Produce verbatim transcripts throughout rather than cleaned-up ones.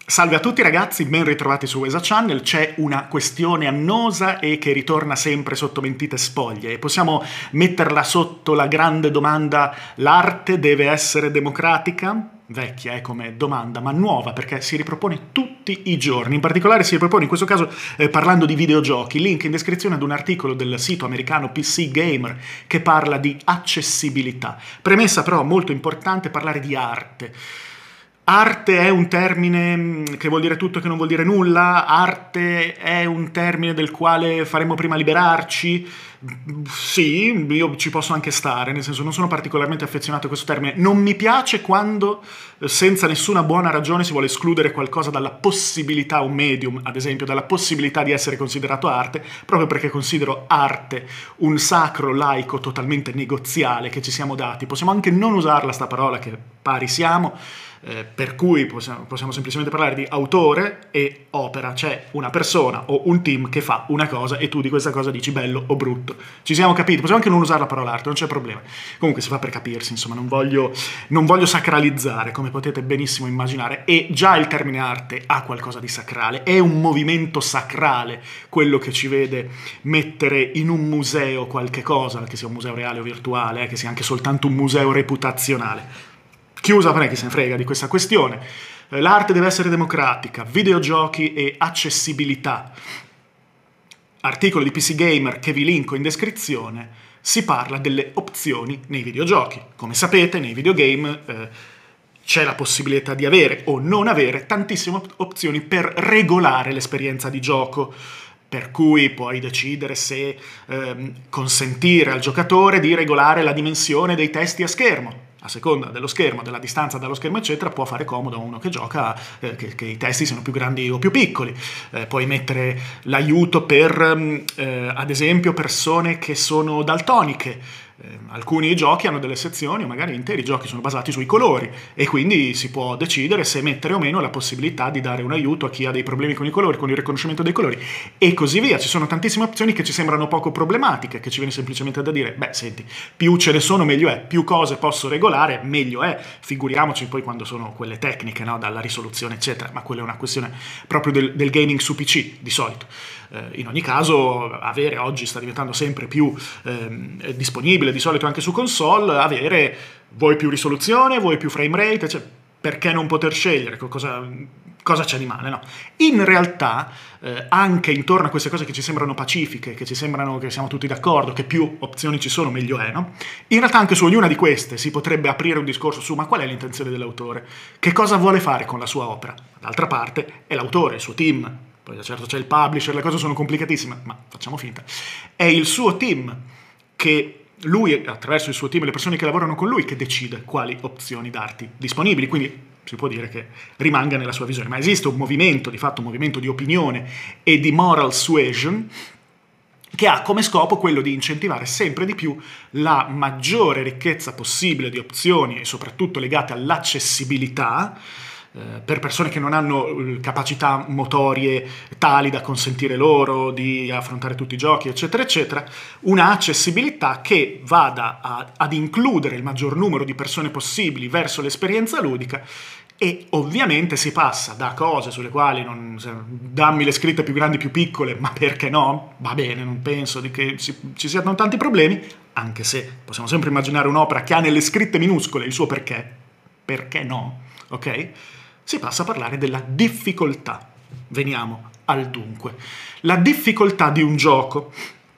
Salve a tutti ragazzi, ben ritrovati su Wesa Channel. C'è una questione annosa e che ritorna sempre sotto mentite spoglie e possiamo metterla sotto la grande domanda: l'arte deve essere democratica? Vecchia è come domanda, ma nuova perché si ripropone tutti i giorni. In particolare si ripropone in questo caso eh, parlando di videogiochi. Link in descrizione ad un articolo del sito americano P C Gamer che parla di accessibilità. Premessa però molto importante: parlare di arte. Arte è un termine che vuol dire tutto e che non vuol dire nulla? Arte è un termine del quale faremo prima liberarci? Sì, io ci posso anche stare, nel senso non sono particolarmente affezionato a questo termine. Non mi piace quando senza nessuna buona ragione si vuole escludere qualcosa dalla possibilità, un medium ad esempio, dalla possibilità di essere considerato arte, proprio perché considero arte un sacro laico totalmente negoziale che ci siamo dati. Possiamo anche non usarla sta parola, che pari siamo. Eh, per cui possiamo, possiamo semplicemente parlare di autore e opera. C'è una persona o un team che fa una cosa e tu di questa cosa dici bello o brutto. Ci siamo capiti? Possiamo anche non usare la parola arte, non c'è problema. Comunque si fa per capirsi, insomma, non voglio, non voglio sacralizzare, come potete benissimo immaginare, e già il termine arte ha qualcosa di sacrale, è un movimento sacrale quello che ci vede mettere in un museo qualche cosa, che sia un museo reale o virtuale, eh, che sia anche soltanto un museo reputazionale. Chiusa, per chi se ne frega di questa questione. L'arte deve essere democratica, videogiochi e accessibilità. Articolo di P C Gamer che vi linko in descrizione, si parla delle opzioni nei videogiochi. Come sapete, nei videogame eh, c'è la possibilità di avere o non avere tantissime opzioni per regolare l'esperienza di gioco. Per cui puoi decidere se ehm, consentire al giocatore di regolare la dimensione dei testi a schermo. A seconda dello schermo, della distanza dallo schermo eccetera, può fare comodo a uno che gioca eh, che, che i testi siano più grandi o più piccoli. Eh, puoi mettere l'aiuto per eh, ad esempio persone che sono daltoniche. Eh, alcuni giochi hanno delle sezioni, o magari interi giochi sono basati sui colori, e quindi si può decidere se mettere o meno la possibilità di dare un aiuto a chi ha dei problemi con i colori, con il riconoscimento dei colori, e così via. Ci sono tantissime opzioni che ci sembrano poco problematiche, che ci viene semplicemente da dire, beh senti, più ce ne sono meglio è, più cose posso regolare meglio è. Figuriamoci poi quando sono quelle tecniche, no? Dalla risoluzione eccetera, ma quella è una questione proprio del, del gaming su P C di solito. In ogni caso, avere oggi sta diventando sempre più eh, disponibile, di solito anche su console, avere vuoi più risoluzione, vuoi più frame rate, cioè, perché non poter scegliere cosa, cosa c'è di male, no? In realtà, eh, anche intorno a queste cose che ci sembrano pacifiche, che ci sembrano che siamo tutti d'accordo, che più opzioni ci sono meglio è, no? In realtà anche su ognuna di queste si potrebbe aprire un discorso su ma qual è l'intenzione dell'autore? Che cosa vuole fare con la sua opera? D'altra parte è l'autore, il suo team. Poi certo c'è il publisher, le cose sono complicatissime, ma facciamo finta. È il suo team che lui, attraverso il suo team e le persone che lavorano con lui, che decide quali opzioni darti disponibili, quindi si può dire che rimanga nella sua visione. Ma esiste un movimento, di fatto un movimento di opinione e di moral suasion, che ha come scopo quello di incentivare sempre di più la maggiore ricchezza possibile di opzioni e soprattutto legate all'accessibilità, per persone che non hanno capacità motorie tali da consentire loro di affrontare tutti i giochi eccetera eccetera, una accessibilità che vada a, ad includere il maggior numero di persone possibili verso l'esperienza ludica. E ovviamente si passa da cose sulle quali non, dammi le scritte più grandi più piccole, ma perché no? Va bene, non penso di che ci, ci siano tanti problemi, anche se possiamo sempre immaginare un'opera che ha nelle scritte minuscole il suo perché, perché no? Ok? Si passa a parlare della difficoltà. Veniamo al dunque. La difficoltà di un gioco.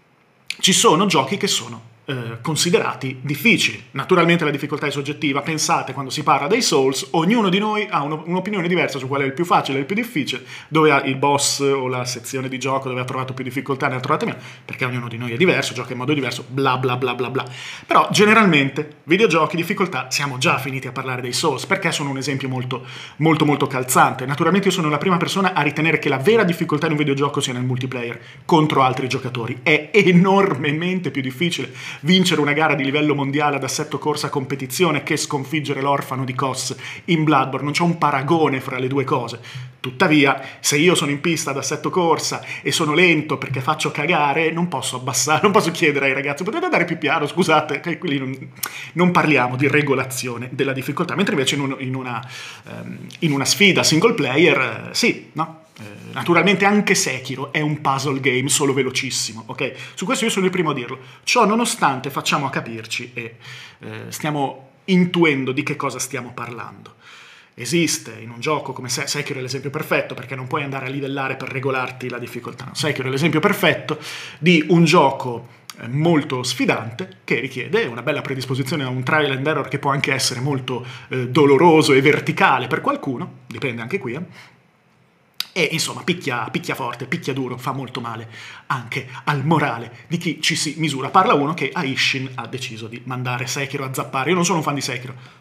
Ci sono giochi che sono eh, considerati difficili. Naturalmente la difficoltà è soggettiva. Pensate, quando si parla dei Souls, ognuno di noi ha un'opinione diversa su qual è il più facile e il più difficile, dove ha il boss o la sezione di gioco dove ha trovato più difficoltà ne ha trovate meno, perché ognuno di noi è diverso, gioca in modo diverso, bla bla bla bla bla. Però generalmente videogiochi, difficoltà, siamo già finiti a parlare dei Souls, perché sono un esempio molto molto molto calzante. Naturalmente io sono la prima persona a ritenere che la vera difficoltà in un videogioco sia nel multiplayer contro altri giocatori. È enormemente più difficile vincere una gara di livello mondiale ad assetto corsa competizione che sconfiggere l'orfano di Kos in Bloodborne, non c'è un paragone fra le due cose. Tuttavia, se io sono in pista ad assetto corsa e sono lento perché faccio cagare, non posso abbassare, non posso chiedere ai ragazzi potete andare più piano, scusate, che qui non, non parliamo di regolazione della difficoltà, mentre invece in, un, in, una, um, in una sfida single player, uh, sì, no? Eh, naturalmente anche Sekiro è un puzzle game solo velocissimo, ok? Su questo io sono il primo a dirlo. Ciò nonostante facciamo a capirci e eh, stiamo intuendo di che cosa stiamo parlando. Esiste in un gioco come Se- Sekiro è l'esempio perfetto, perché non puoi andare a livellare per regolarti la difficoltà. No? Sekiro è l'esempio perfetto di un gioco eh, molto sfidante che richiede una bella predisposizione a un trial and error che può anche essere molto eh, doloroso e verticale per qualcuno, dipende anche qui, eh? E insomma picchia, picchia forte, picchia duro, fa molto male anche al morale di chi ci si misura. Parla uno che a Ishin ha deciso di mandare Sekiro a zappare. Io non sono un fan di Sekiro.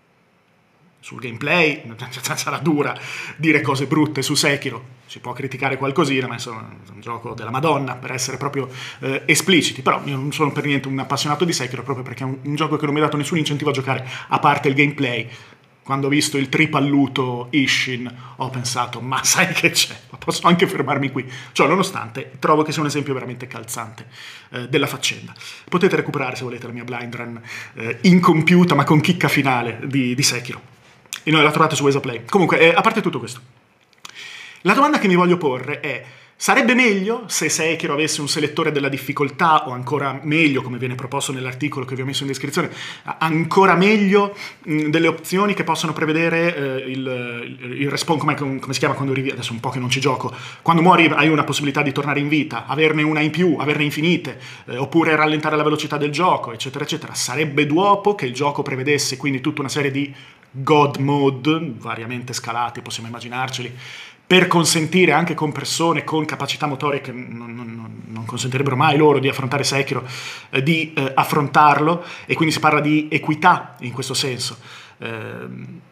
Sul gameplay sarà dura dire cose brutte su Sekiro, si può criticare qualcosina, ma insomma è un gioco della Madonna, per essere proprio eh, espliciti. Però io non sono per niente un appassionato di Sekiro, proprio perché è un, un gioco che non mi ha dato nessun incentivo a giocare, a parte il gameplay. Quando ho visto il tripalluto Ishin ho pensato, ma sai che c'è, posso anche fermarmi qui. Ciò nonostante trovo che sia un esempio veramente calzante eh, della faccenda. Potete recuperare se volete la mia blind run eh, incompiuta ma con chicca finale di, di Sekiro. E noi la trovate su Wesaplay. Comunque, eh, a parte tutto questo, la domanda che mi voglio porre è: sarebbe meglio se Sekiro avesse un selettore della difficoltà, o ancora meglio, come viene proposto nell'articolo che vi ho messo in descrizione, ancora meglio mh, delle opzioni che possono prevedere eh, il, il, il respawn, come, come si chiama quando rivi, adesso un po' che non ci gioco, quando muori hai una possibilità di tornare in vita, averne una in più, averne infinite, eh, oppure rallentare la velocità del gioco, eccetera, eccetera. Sarebbe d'uopo che il gioco prevedesse quindi tutta una serie di God mode, variamente scalati, possiamo immaginarceli, per consentire anche con persone con capacità motorie che non, non, non consentirebbero mai loro di affrontare Sekiro, eh, di eh, affrontarlo, e quindi si parla di equità in questo senso. Eh,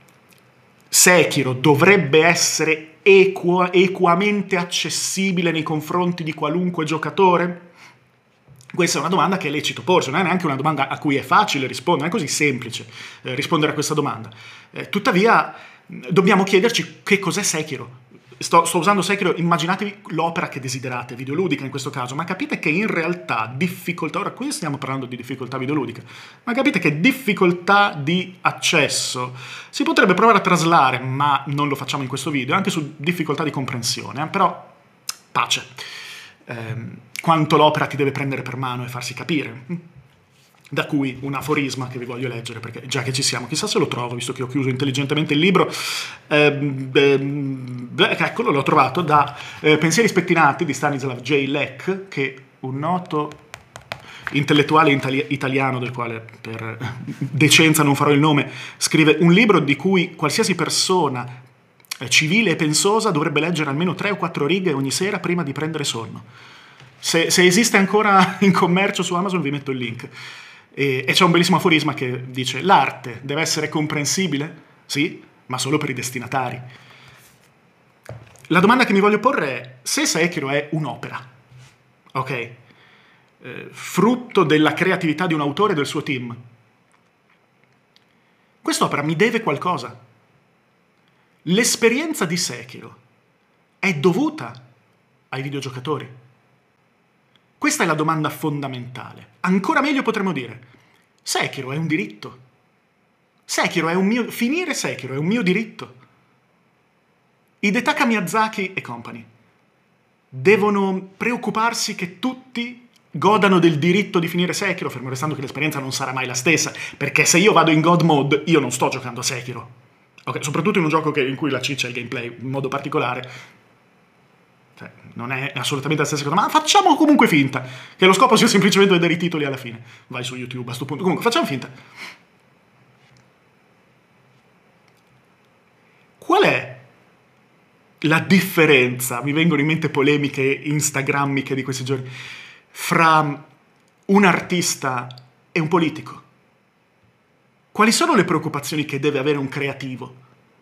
Sekiro dovrebbe essere equa, equamente accessibile nei confronti di qualunque giocatore? Questa è una domanda che è lecito porsi, non è neanche una domanda a cui è facile rispondere, non è così semplice eh, rispondere a questa domanda. Eh, tuttavia, dobbiamo chiederci che cos'è Sekiro. Sto, sto usando Sekiro, immaginatevi l'opera che desiderate, videoludica in questo caso, ma capite che in realtà difficoltà, ora qui stiamo parlando di difficoltà videoludica, ma capite che difficoltà di accesso si potrebbe provare a traslare, ma non lo facciamo in questo video, anche su difficoltà di comprensione, eh? Però pace. Eh, quanto l'opera ti deve prendere per mano e farsi capire. Da cui un aforisma che vi voglio leggere, perché già che ci siamo, chissà se lo trovo, visto che ho chiuso intelligentemente il libro. Eh, beh, eccolo, l'ho trovato, da eh, Pensieri spettinati di Stanislav J. Lek, che un noto intellettuale itali- italiano, del quale per decenza non farò il nome, scrive un libro di cui qualsiasi persona civile e pensosa dovrebbe leggere almeno tre o quattro righe ogni sera prima di prendere sonno. Se, se esiste ancora in commercio su Amazon vi metto il link. E, e c'è un bellissimo aforisma che dice: l'arte deve essere comprensibile? Sì, ma solo per i destinatari. La domanda che mi voglio porre è: se Sekiro è un'opera, ok, eh, frutto della creatività di un autore e del suo team, quest'opera mi deve qualcosa? L'esperienza di Sekiro è dovuta ai videogiocatori? Questa è la domanda fondamentale. Ancora meglio potremmo dire: Sekiro è un diritto. Sekiro è un mio... Finire Sekiro è un mio diritto. Hidetaka Miyazaki e company devono preoccuparsi che tutti godano del diritto di finire Sekiro, fermo restando che l'esperienza non sarà mai la stessa, perché se io vado in God mode, io non sto giocando a Sekiro. Okay, soprattutto in un gioco che, in cui la ciccia è il gameplay in modo particolare. Cioè, non è assolutamente la stessa cosa, ma facciamo comunque finta che lo scopo sia semplicemente vedere i titoli alla fine. Vai su YouTube a sto punto. Comunque, facciamo finta. Qual è la differenza, mi vengono in mente polemiche instagrammiche di questi giorni, fra un artista e un politico? Quali sono le preoccupazioni che deve avere un creativo?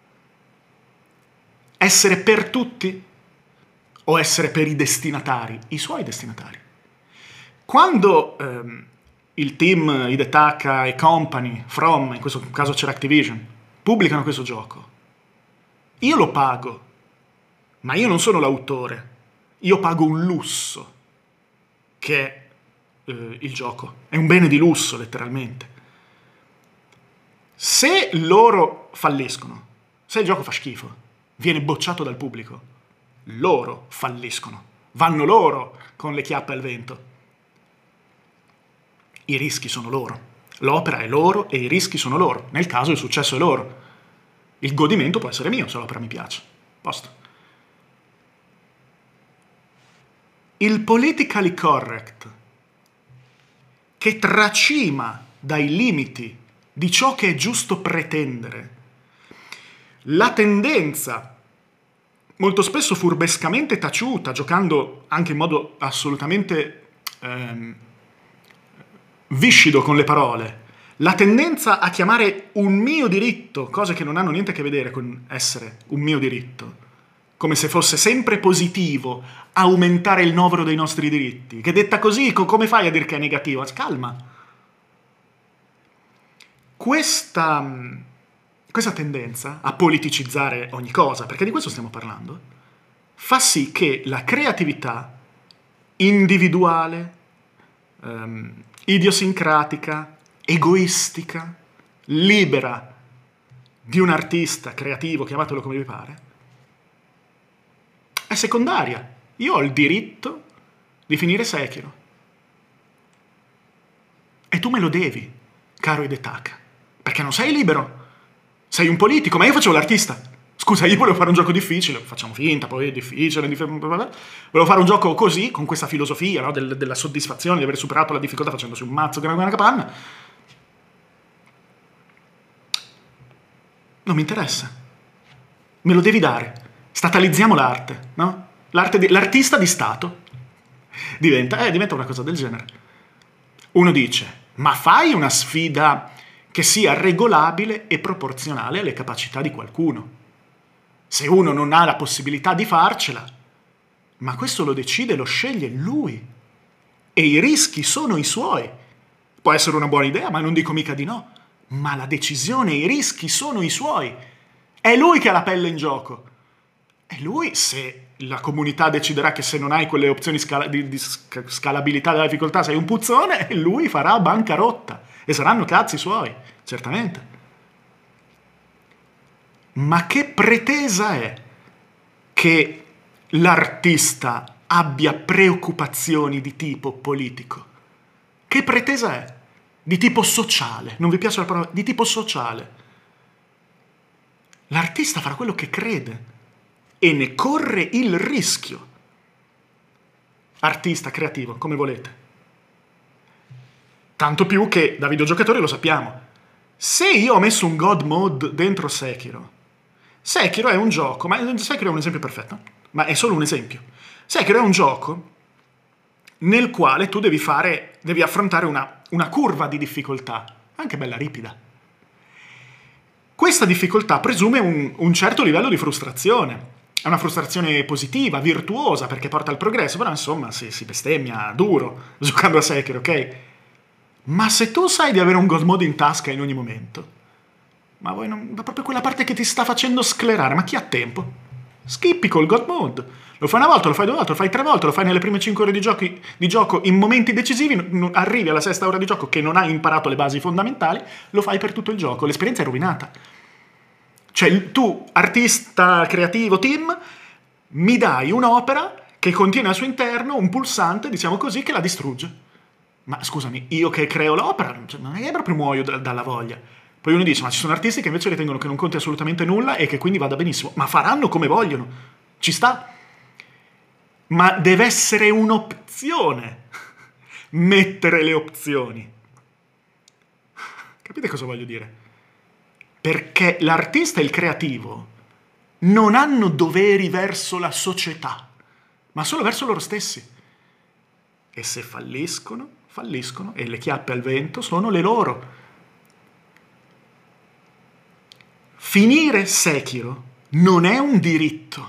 Essere per tutti? O essere per i destinatari, i suoi destinatari? Quando ehm, il team, Hidetaka e company, From, in questo caso c'era Activision, pubblicano questo gioco. Io lo pago, ma io non sono l'autore. Io pago un lusso, che è eh, il gioco. È un bene di lusso, letteralmente. Se loro falliscono, se il gioco fa schifo, viene bocciato dal pubblico, loro falliscono. Vanno loro con le chiappe al vento. I rischi sono loro. L'opera è loro e i rischi sono loro. Nel caso il successo è loro. Il godimento può essere mio se l'opera mi piace. Posto. Il politically correct, che tracima dai limiti di ciò che è giusto pretendere, la tendenza, molto spesso furbescamente taciuta, giocando anche in modo assolutamente ehm, viscido con le parole, la tendenza a chiamare un mio diritto cose che non hanno niente a che vedere con essere un mio diritto, come se fosse sempre positivo aumentare il novero dei nostri diritti, che detta così, come fai a dire che è negativo? Calma. Questa, questa tendenza a politicizzare ogni cosa, perché di questo stiamo parlando, fa sì che la creatività individuale, ehm, idiosincratica, egoistica, libera di un artista creativo, chiamatelo come vi pare, è secondaria. Io ho il diritto di finire Sekiro. E tu me lo devi, caro Hidetaka. Perché non sei libero. Sei un politico, ma io facevo l'artista. Scusa, io volevo fare un gioco difficile, facciamo finta, poi è difficile, volevo fare un gioco così, con questa filosofia, no? Del, della soddisfazione di aver superato la difficoltà facendosi un mazzo che era una capanna. Non mi interessa. Me lo devi dare. Statalizziamo l'arte, no? L'arte di, l'artista di Stato diventa, eh, diventa una cosa del genere. Uno dice, ma fai una sfida che sia regolabile e proporzionale alle capacità di qualcuno. Se uno non ha la possibilità di farcela, ma questo lo decide, lo sceglie lui. E i rischi sono i suoi. Può essere una buona idea, ma non dico mica di no. Ma la decisione e i rischi sono i suoi. È lui che ha la pelle in gioco. E lui, se la comunità deciderà che se non hai quelle opzioni scala- di, di scalabilità della difficoltà sei un puzzone, lui farà bancarotta. E saranno cazzi suoi, certamente. Ma che pretesa è che l'artista abbia preoccupazioni di tipo politico? Che pretesa è? Di tipo sociale. Non vi piace la parola? Di tipo sociale. L'artista farà quello che crede e ne corre il rischio. Artista, creativo, come volete. Tanto più che da videogiocatore lo sappiamo. Se io ho messo un God Mode dentro Sekiro, Sekiro è un gioco, ma Sekiro è un esempio perfetto, ma è solo un esempio. Sekiro è un gioco nel quale tu devi fare, devi affrontare una, una curva di difficoltà, anche bella ripida. Questa difficoltà presume un, un certo livello di frustrazione. È una frustrazione positiva, virtuosa, perché porta al progresso, però insomma si, si bestemmia duro giocando a Sekiro, ok? Ma se tu sai di avere un God Mode in tasca in ogni momento, ma vuoi non, ma proprio quella parte che ti sta facendo sclerare, ma chi ha tempo? Skippi col God Mode. Lo fai una volta, lo fai due volte, lo fai tre volte, lo fai nelle prime cinque ore di, giochi, di gioco in momenti decisivi, n- arrivi alla sesta ora di gioco che non hai imparato le basi fondamentali, lo fai per tutto il gioco, l'esperienza è rovinata. Cioè tu, artista, creativo, team, mi dai un'opera che contiene al suo interno un pulsante, diciamo così, che la distrugge. Ma scusami, io che creo l'opera, cioè, non è che proprio muoio da, dalla voglia. Poi uno dice, ma ci sono artisti che invece ritengono che non conti assolutamente nulla e che quindi vada benissimo. Ma faranno come vogliono. Ci sta. Ma deve essere un'opzione mettere le opzioni. Capite cosa voglio dire? Perché l'artista e il creativo non hanno doveri verso la società, ma solo verso loro stessi. E se falliscono, falliscono e le chiappe al vento sono le loro. Finire Sekiro non è un diritto.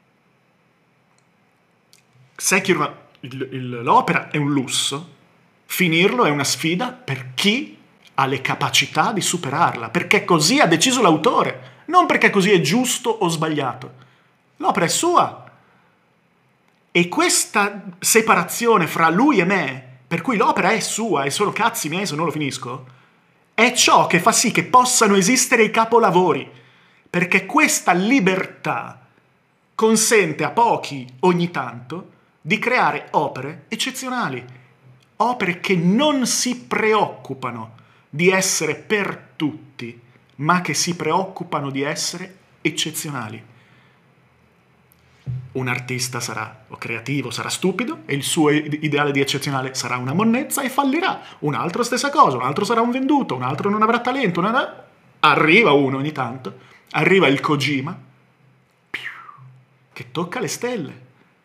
Sekiro, il, il, l'opera è un lusso, Finirlo è una sfida per chi ha le capacità di superarla, perché così ha deciso l'autore, non perché così è giusto o sbagliato. L'opera è sua. E questa separazione fra lui e me, per cui l'opera è sua e solo cazzi miei se non lo finisco, è ciò che fa sì che possano esistere i capolavori, perché questa libertà consente a pochi ogni tanto di creare opere eccezionali, opere che non si preoccupano di essere per tutti, ma che si preoccupano di essere eccezionali. Un artista sarà, o creativo, sarà stupido e il suo ideale di eccezionale sarà una monnezza e fallirà. Un altro stessa cosa, un altro sarà un venduto, un altro non avrà talento. Una... Arriva uno ogni tanto, arriva il Kojima, che tocca le stelle.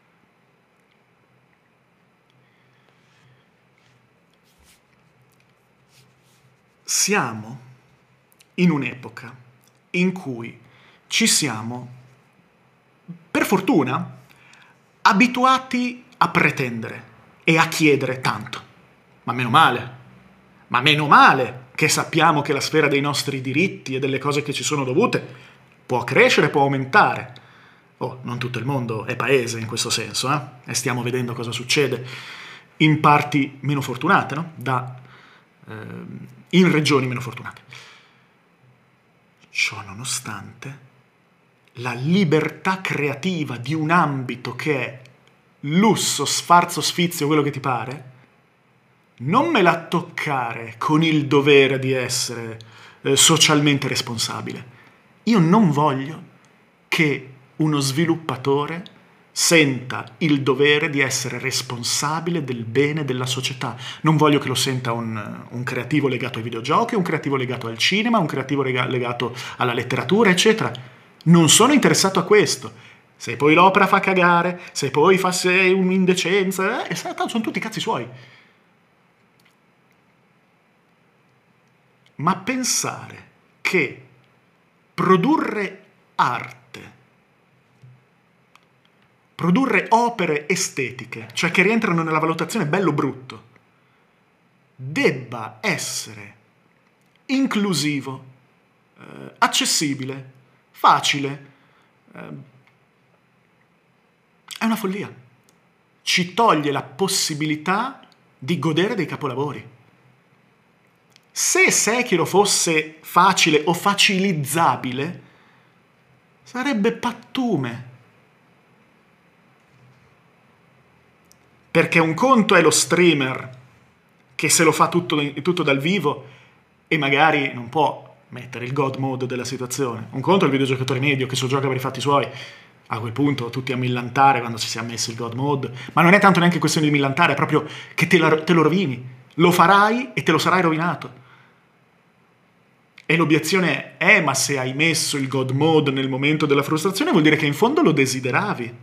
Siamo in un'epoca in cui ci siamo, per fortuna, abituati a pretendere e a chiedere tanto. Ma meno male, ma meno male che sappiamo che la sfera dei nostri diritti e delle cose che ci sono dovute può crescere, può aumentare. Oh, non tutto il mondo è paese in questo senso, eh? E stiamo vedendo cosa succede in parti meno fortunate, no? Da, eh, in regioni meno fortunate. Ciò nonostante, la libertà creativa di un ambito che è lusso, sfarzo, sfizio, quello che ti pare, non me la toccare con il dovere di essere eh, socialmente responsabile. Io non voglio che uno sviluppatore senta il dovere di essere responsabile del bene della società. Non voglio che lo senta un, un creativo legato ai videogiochi, un creativo legato al cinema, un creativo lega- legato alla letteratura, eccetera. Non sono interessato a questo. Se poi l'opera fa cagare, se poi fa se un'indecenza, eh, tanto sono tutti cazzi suoi. Ma pensare che produrre arte, produrre opere estetiche, cioè che rientrano nella valutazione bello-brutto, debba essere inclusivo, eh, accessibile, facile, eh, è una follia. Ci toglie la possibilità di godere dei capolavori. Se Sekiro fosse facile o facilizzabile, sarebbe pattume. Perché un conto è lo streamer che se lo fa tutto, tutto dal vivo e magari non può mettere il God mode della situazione. Un conto è il videogiocatore medio che so gioca per i fatti suoi. A quel punto tutti a millantare quando ci sia messo il God mode. Ma non è tanto neanche questione di millantare, è proprio che te, la, te lo rovini. Lo farai e te lo sarai rovinato. E l'obiezione è, ma se hai messo il God mode nel momento della frustrazione vuol dire che in fondo lo desideravi.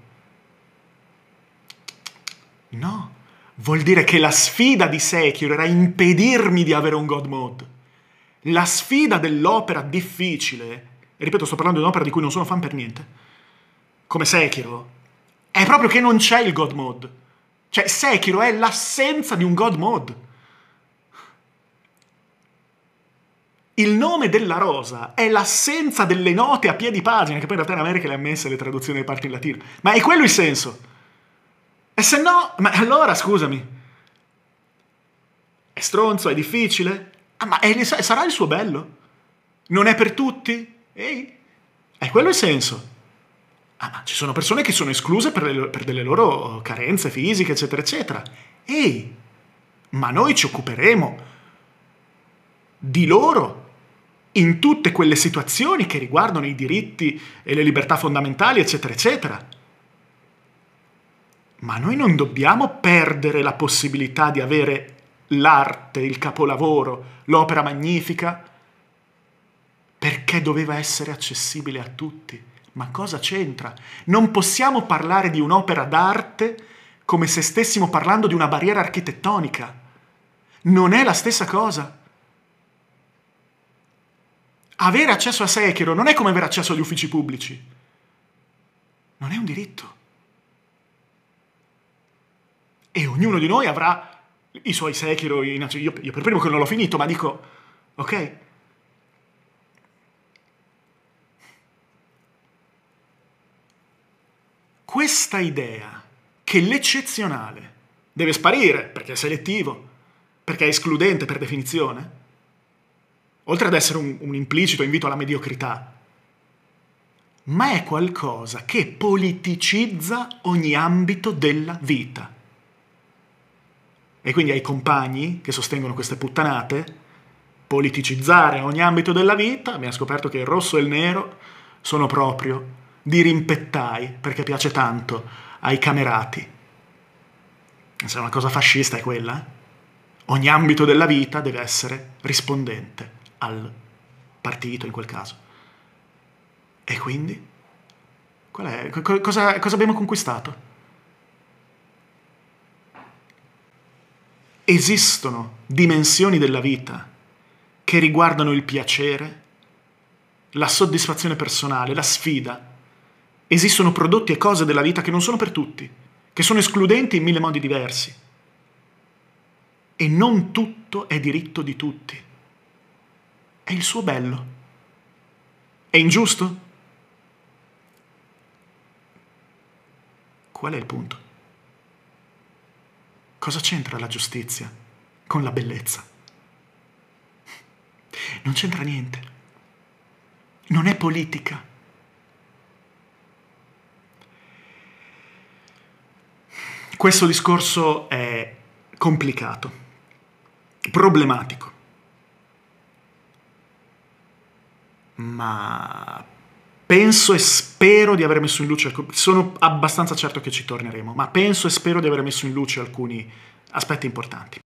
No, vuol dire che la sfida di Sekiro era impedirmi di avere un God mode. La sfida dell'opera difficile, e ripeto, sto parlando di un'opera di cui non sono fan per niente, come Sekiro, è proprio che non c'è il God mode. Cioè, Sekiro è l'assenza di un God mode. Il nome della rosa è l'assenza delle note a piedi pagina, che poi in realtà in America le ha messe le traduzioni delle parti in latino. Ma è quello il senso. E se no, ma allora scusami, è stronzo, è difficile? Ah, ma è, sarà il suo bello? Non è per tutti? Ehi, è quello il senso. Ah, ma ci sono persone che sono escluse per, le, per delle loro carenze fisiche, eccetera, eccetera. Ehi, ma noi ci occuperemo di loro in tutte quelle situazioni che riguardano i diritti e le libertà fondamentali, eccetera, eccetera. Ma noi non dobbiamo perdere la possibilità di avere l'arte, il capolavoro, l'opera magnifica, perché doveva essere accessibile a tutti. Ma cosa c'entra? Non possiamo parlare di un'opera d'arte come se stessimo parlando di una barriera architettonica. Non è la stessa cosa. Avere accesso a Sekiro non è come avere accesso agli uffici pubblici. Non è un diritto. E ognuno di noi avrà i suoi Sekiro, io, io per primo che non l'ho finito, ma dico, ok? Questa idea che l'eccezionale deve sparire perché è selettivo, perché è escludente per definizione, oltre ad essere un, un implicito invito alla mediocrità, ma è qualcosa che politicizza ogni ambito della vita. E quindi ai compagni che sostengono queste puttanate, politicizzare ogni ambito della vita, abbiamo scoperto che il rosso e il nero sono proprio dirimpettai, perché piace tanto ai camerati. Se una cosa fascista è quella, ogni ambito della vita deve essere rispondente al partito in quel caso. E quindi? Qual è? Cosa, cosa abbiamo conquistato? Esistono dimensioni della vita che riguardano il piacere, la soddisfazione personale, la sfida. Esistono prodotti e cose della vita che non sono per tutti, che sono escludenti in mille modi diversi. E non tutto è diritto di tutti. È il suo bello. È ingiusto? Qual è il punto? Cosa c'entra la giustizia con la bellezza? Non c'entra niente. Non è politica. Questo discorso è complicato, problematico, ma penso e spero di aver messo in luce, sono abbastanza certo che ci torneremo, ma penso e spero di aver messo in luce alcuni aspetti importanti.